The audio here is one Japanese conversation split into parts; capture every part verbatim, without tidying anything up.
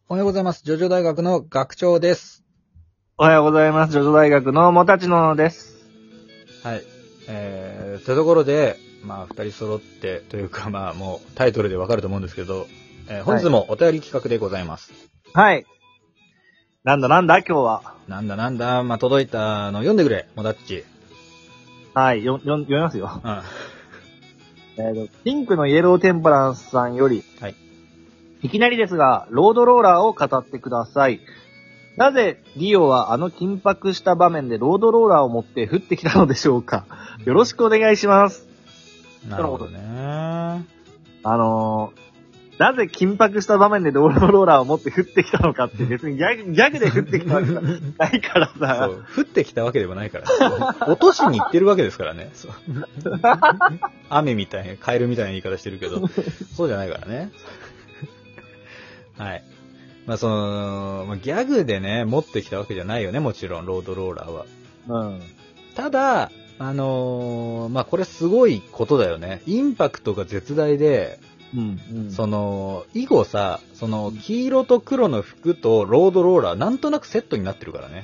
おはようございます。ジョジョ大学の学長です。 おはようございます。ジョジョ大学のもたちのです。 はい。えー、というところで、まあ、二人揃って、というか、まあ、もうタイトルでわかると思うんですけど、えー、本日もお便り企画でございます。 はい。なんだなんだ今日は。 なんだなんだ、まあ、届いたの読んでくれ、もだっち。 はい、よ、よ、読みますよ。 うん。 えーと、ピンクのイエローテンパランスさんより、 はい。 いきなりですが、ロードローラーを語ってください。なぜ、ディオはあの緊迫した場面でロードローラーを持って降ってきたのでしょうか。よろしくお願いします。 なるほどね。 あのー、なぜ緊迫した場面でロードローラーを持って降ってきたのかって別にギャグ、ギャグで降ってきたわけじゃないからさ。 そう、降ってきたわけではないから。落としに行ってるわけですからね。そう雨みたいな、カエルみたいな言い方してるけど、そうじゃないからね。はい。まあその、まあ、ギャグでね、持ってきたわけじゃないよね、もちろん、ロードローラーは。 うん。 ただ、あのー、まあこれすごいことだよね。インパクトが絶大で、 うん。うん、 その、以後さ、その、黄色と黒の服とロードローラー、なんとなくセットになってるからね。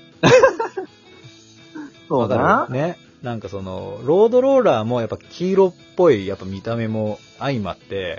そうだな。 ね。なんかその、ロードローラーもやっぱ黄色っぽい、やっぱ見た目も相まって、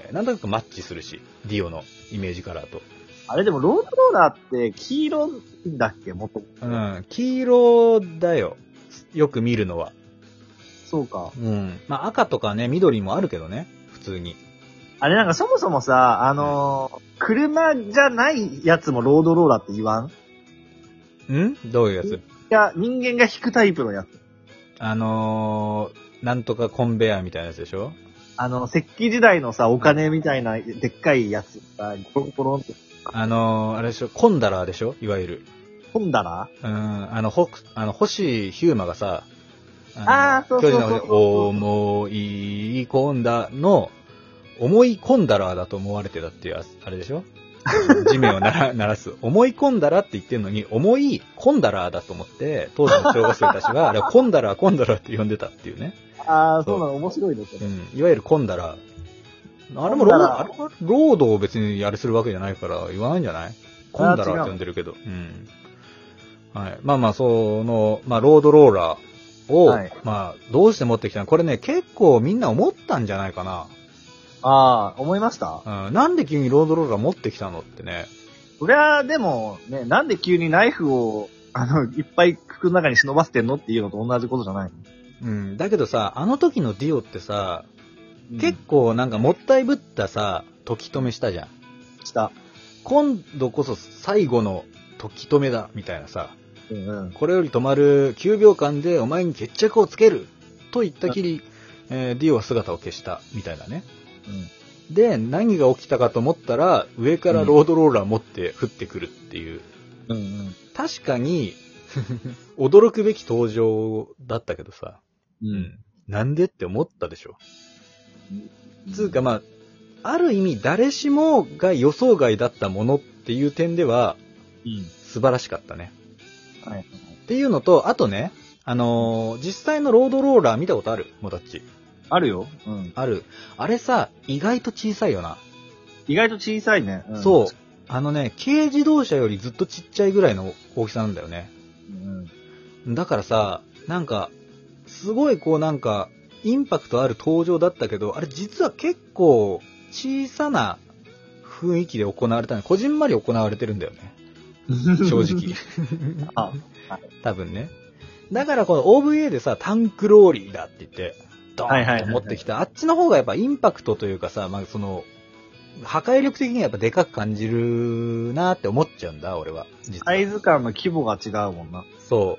なんとなくマッチするし、ディオのイメージカラーと。 あれでもロードローラーって黄色だっけもっと。 うん、黄色だよ。よく見るのは。 そうか。 うん。まあ赤とかね、緑もあるけどね、普通に。 あれなんかそもそもさ、あのー、車じゃないやつもロードローラーって言わん？ んどういうやつ？ いや、人間が引くタイプのやつ。 あのー、なんとかコンベアみたいなやつでしょ？ あの、石器時代のさ、お金みたいなでっかいやつが、コロンコロンって。 あのー、あれでしょ？コンダラーでしょ？いわゆる。 コンダラうん、あの、ほ、あの、星ヒューマがさ、 ああ、そうそうそうそう。 重いコンダの、重いコンダラーだと思われてたっていう、あれでしょ？地面をなら鳴らす。思い込んだらって言ってるのに、重いコンダラーだと思って、当時の小学生たちは、あれコンダラー、コンダラーって呼んでたっていうね。 ああ、そうなの、面白いですね。 うん。いわゆるコンダラー。あれもロード、あれはロードを別にやれするわけじゃないから言わないんじゃない？コンダラーって呼んでるけど。うん。はい。まあまあ、その、まあ、ロードローラーを、はい、まあ、どうして持ってきたの？これね、結構みんな思ったんじゃないかな。 ああ、思いました？ うん。なんで急にロードローラー持ってきたのってね。 そりゃ、でも、ね、なんで急にナイフを、あの、いっぱい服の中に忍ばせてんのっていうのと同じことじゃないの？うん。だけどさ、あの時のディオってさ、うん、結構なんかもったいぶったさ、時止めしたじゃん。 した。 今度こそ最後の時止めだ、みたいなさ。 うんうん、 これより止まるきゅうびょうかんでお前に決着をつけると言ったきり、うんえー、ディオは姿を消した、みたいなね。うん、で、何が起きたかと思ったら、上からロードローラー持って降ってくるっていう。うんうん、確かに、驚くべき登場だったけどさ。うん。なんでって思ったでしょ。うん、つうかまあ、ある意味誰しもが予想外だったものっていう点では、うん、素晴らしかったね。はい。っていうのと、あとね、あのー、実際のロードローラー見たことある？もたっち。 あるよ。うん。 ある。あれさ、意外と小さいよな。 意外と小さいね。 うん、そう。あのね、軽自動車よりずっとちっちゃいぐらいの大きさなんだよね。うん。だからさ、なんか、すごいこうなんか、インパクトある登場だったけど、あれ実は結構小さな雰囲気で行われたね。こじんまり行われてるんだよね。正直。あ、多分ね。だからこの オーブイエー でさ、タンクローリーだって言って、ドーンって持ってきた。あっちの方がやっぱインパクトというかさ、まあその、破壊力的にはやっぱでかく感じるなーって思っちゃうんだ、俺は。 実はサイズ感の規模が違うもんな。 そう。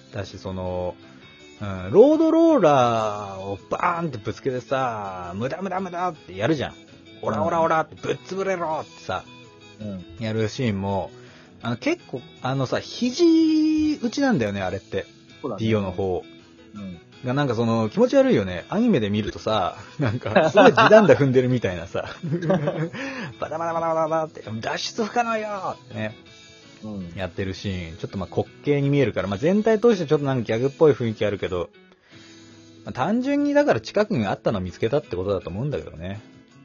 だし、その、うん、ロードローラーをバーンってぶつけてさ、無駄無駄無駄ってやるじゃん。オラオラオラってぶっ潰れろってさ、うん、やるシーンも、あの結構、あのさ、肘打ちなんだよね、あれって。そうだね。ディオの方。うん。がなんかその、気持ち悪いよね。アニメで見るとさ、なんか、すごい地団打踏んでるみたいなさ、バタバタバタバタバタって、脱出不可能よってね、うん、やってるシーン。ちょっとまあ滑稽に見えるから、まあ全体通してちょっとなんかギャグっぽい雰囲気あるけど、まあ、単純にだから近くにあったのを見つけたってことだと思うんだけどね。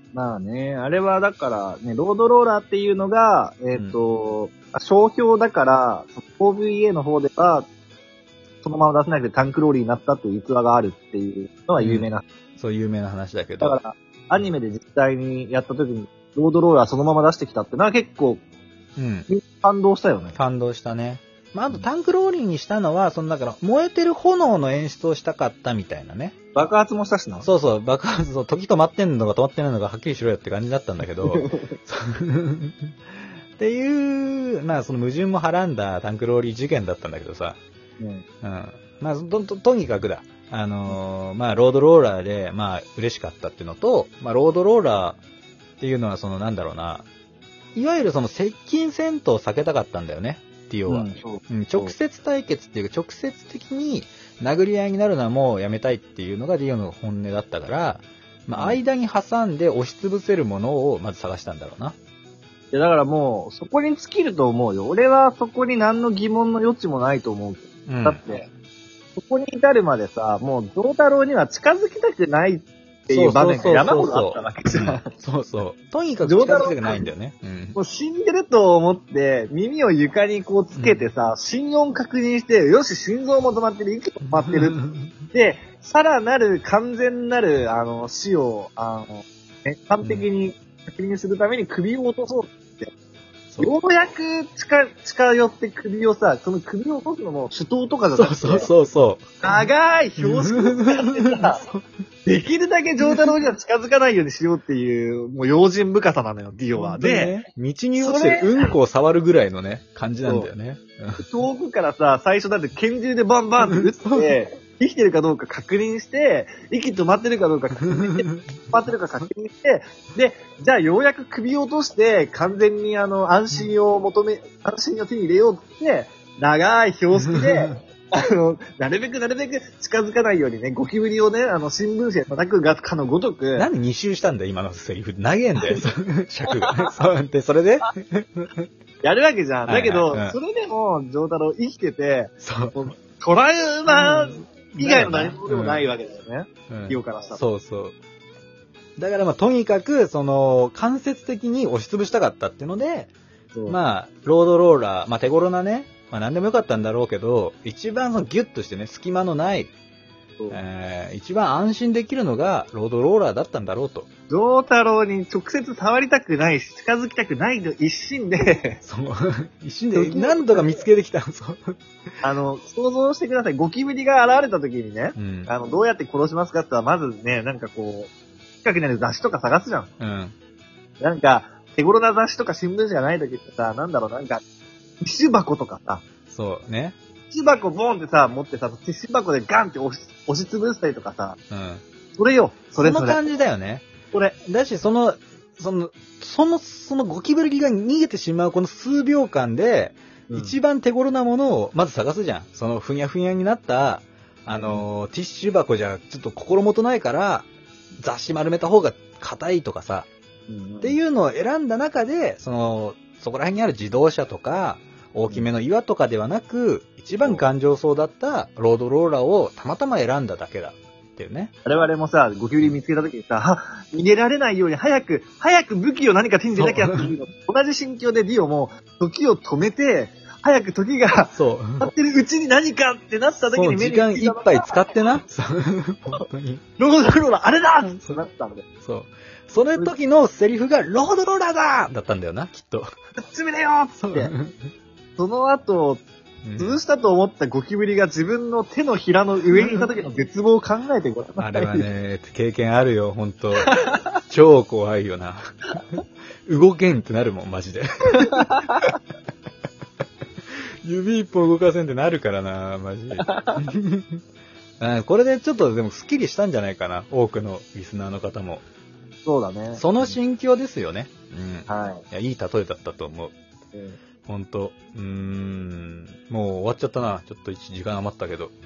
まあね、あれはだからね、ロードローラーっていうのが、えっ、と、うん、商標だから、オーブイエー の方では、そのまま出せなくてタンクローリーになったっていう逸話があるっていうのは有名な、 うん。そう、有名な話だけど。 だから、アニメで実際にやった時に、ロードローラーそのまま出してきたってのは結構、うん。感動したよね。 感動したね。まあ、あとタンクローリーにしたのは、そのだから燃えてる炎の演出をしたかったみたいなね。 爆発もしたしな。 そうそう、爆発、時止まってんのか止まってないのかはっきりしろよって感じだったんだけど。っていう、まあその矛盾もはらんだタンクローリー事件だったんだけどさ。うん。うん。まあと、と、とにかくだ。あのー、まあロードローラーで、まあ嬉しかったっていうのと、まあロードローラーっていうのはそのなんだろうな。いわゆるその接近戦闘を避けたかったんだよね。ディオは、うんうん。直接対決っていうか、直接的に殴り合いになるのはもうやめたいっていうのがディオの本音だったから、まあ、間に挟んで押しつぶせるものをまず探したんだろうな。いや、だからもう、そこに尽きると思うよ。俺はそこに何の疑問の余地もないと思う。うん、だって、そこに至るまでさ、もう、丈太郎には近づきたくないっていう場面が山ほどあったわけじゃん。 そうそう。とにかく近づきたくないんだよね。うん、 もう死んでると思って、耳を床にこうつけてさ、うん、心音確認して、よし、心臓も止まってる、息も止まってる。で、さらなる完全なる、あの、死を、あの、ね、完璧に確認するために首を落とそうって。うん、ようやく近、近寄って首をさ、その首を落とすのも手刀とかじゃなくて、 そうそうそうそう。 長い標識を使ってさ、できるだけ丈太郎には近づかないようにしようっていう、もう用心深さなのよ、ディオは。で、 道に落ちてるうんこを触るぐらいのね、感じなんだよね。 遠くからさ、最初だって拳銃でバンバンって撃って、生きてるかどうか確認して、息止まってるかどうか確認して、止まってるか確認して、で、じゃあようやく首を落として、完全にあの、安心を求め、安心を手に入れようって、長い標識で、あの、なるべくなるべく近づかないようにね、ゴキブリをね、あの、新聞紙で叩くがかのごとく。 なんでに周したんだよ、今のセリフ。長えんだよ、尺が。そうで、それでやるわけじゃん。だけど、はいはいうん、それでも、丈太郎生きてて、そう。トラウマ以外の何もでもないわけだよね。ディオからしたら。 そうそう。だからまあ、とにかく、その、間接的に押しつぶしたかったっていうので、まあ、ロードローラー、まあ手頃なね、まあ何でもよかったんだろうけど、一番そのギュッとしてね、隙間のない、えー、一番安心できるのがロードローラーだったんだろうと。 丈太郎に直接触りたくないし、近づきたくないの一心で、 そう、一心で何度か見つけてきた。そう。 あの、想像してください。ゴキブリが現れた時にね、うん、あの、どうやって殺しますかって言ったら、まずね、なんかこう、近くにある雑誌とか探すじゃん。うん。なんか、手頃な雑誌とか新聞紙がない時ってさ、なんだろう、なんか、ティッシュ箱とかさ。 そうね。 ティッシュ箱ボンってさ、持ってさ、ティッシュ箱でガンって押し、押しつぶしたりとかさ。うん。それよ。それそれ。 その感じだよね。 これ。 だし、その、その、その、そのゴキブリが逃げてしまうこの数秒間で、うん、一番手頃なものをまず探すじゃん。そのふにゃふにゃになった、あの、うん、ティッシュ箱じゃちょっと心もとないから、雑誌丸めた方が硬いとかさ、うん、っていうのを選んだ中で、その、そこら辺にある自動車とか、大きめの岩とかではなく、一番頑丈そうだったロードローラーをたまたま選んだだけだっていうね。 我々もさ、ゴキブリ見つけた時にさ、は逃げられないように早く、早く武器を何か手に入れなきゃっていうの。同じ心境でディオも、時を止めて、早く時が、そう。経ってるうちに何かってなった時に目に時間いっぱい使ってな。本当に。 ロードローラー、あれだってなったんだよ。 そう。その時のセリフが、ロードローラーだだったんだよな、きっと。 詰めだよって。その後、潰したと思ったゴキブリが自分の手のひらの上にいた時の絶望を考えてごらん。 あれはね、経験あるよ、ほんと。超怖いよな。動けんってなるもん、マジで。指一本動かせんってなるからな、マジで。これでちょっとでもスッキリしたんじゃないかな、多くのリスナーの方も。 そうだね。 その心境ですよね。 うん。はい。 いや、いい例えだったと思う。うん、ほんと。うーん。もう終わっちゃったな。ちょっと時間余ったけど。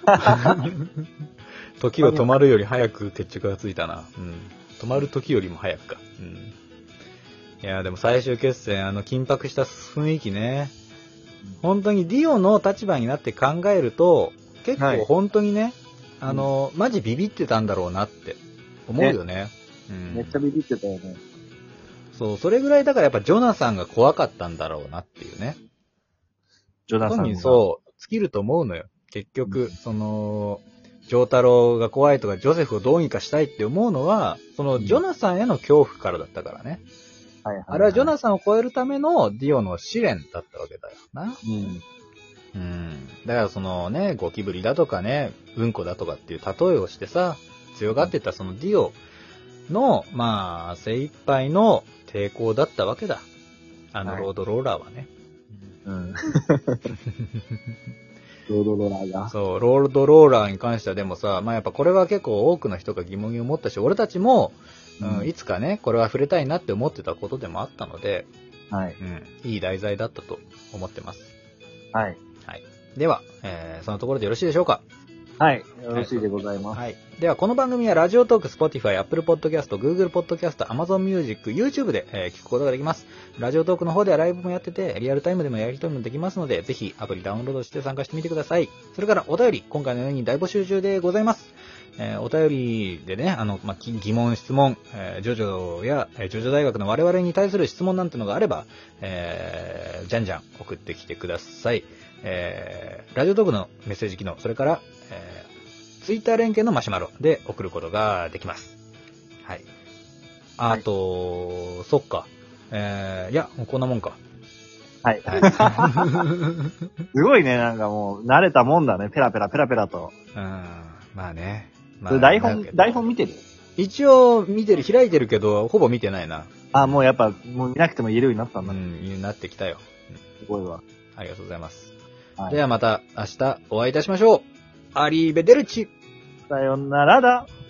時は止まるより早く決着がついたな。うん。止まる時よりも早くか。うん。いや、でも最終決戦、あの、緊迫した雰囲気ね。本当にディオの立場になって考えると、結構本当にね、はい、あの、マジビビってたんだろうなって思うよね。ううんめっちゃビビってたよね。 そう、それぐらいだからやっぱジョナサンが怖かったんだろうなっていうね。 ジョナサンが。 本人そう、尽きると思うのよ。結局、その、ジョータロが怖いとかジョセフをどうにかしたいって思うのは、そのジョナサンへの恐怖からだったからね。 はいはいはい、 あれはジョナサンを超えるためのディオの試練だったわけだよな。 うん。 うん。だからそのね、ゴキブリだとかね、うんこだとかっていう例えをしてさ、強がってたそのディオの、まあ、精一杯の抵抗だったわけだ。あのロードローラーはね。 うん。ロードローラーが。 そう、ロードローラーに関してはでもさ、まあやっぱこれは結構多くの人が疑問に思ったし、俺たちも、うんうん、いつかね、これは触れたいなって思ってたことでもあったので、 はい。 うん、いい題材だったと思ってます。 はい。 はい。では、えー、そのところでよろしいでしょうか。 はい。よろしいでございます。 はい。では、この番組はラジオトーク、Spotify、Apple Podcast、Google Podcast、Amazon Music、YouTube で、えー、聞くことができます。ラジオトークの方ではライブもやってて、リアルタイムでもやり取りもできますので、ぜひアプリダウンロードして参加してみてください。それからお便り、今回のように大募集中でございます。えー、お便りでね、あの、まあ、疑問、質問、えー、ジョジョや、えー、ジョジョ大学の我々に対する質問なんてのがあれば、えー、じゃんじゃん送ってきてください。えー、ラジオトークのメッセージ機能、それから、えー、ツイッター連携のマシュマロで送ることができます。はい。あと、はい、そっか。えー、いや、もうこんなもんか。 はい。はい、すごいね、なんかもう、慣れたもんだね。ペラペラペラペラと。 うん、まあね。まあ、 台本、台本見てる？ 一応見てる、開いてるけど、ほぼ見てないな。 あ、もうやっぱ、もう見なくても言えるようになったんだ。 うん、なってきたよ。 すごいわ。 ありがとうございます。 はい、 ではまた明日お会いいたしましょう。アリーベデルチ。 さよならだ。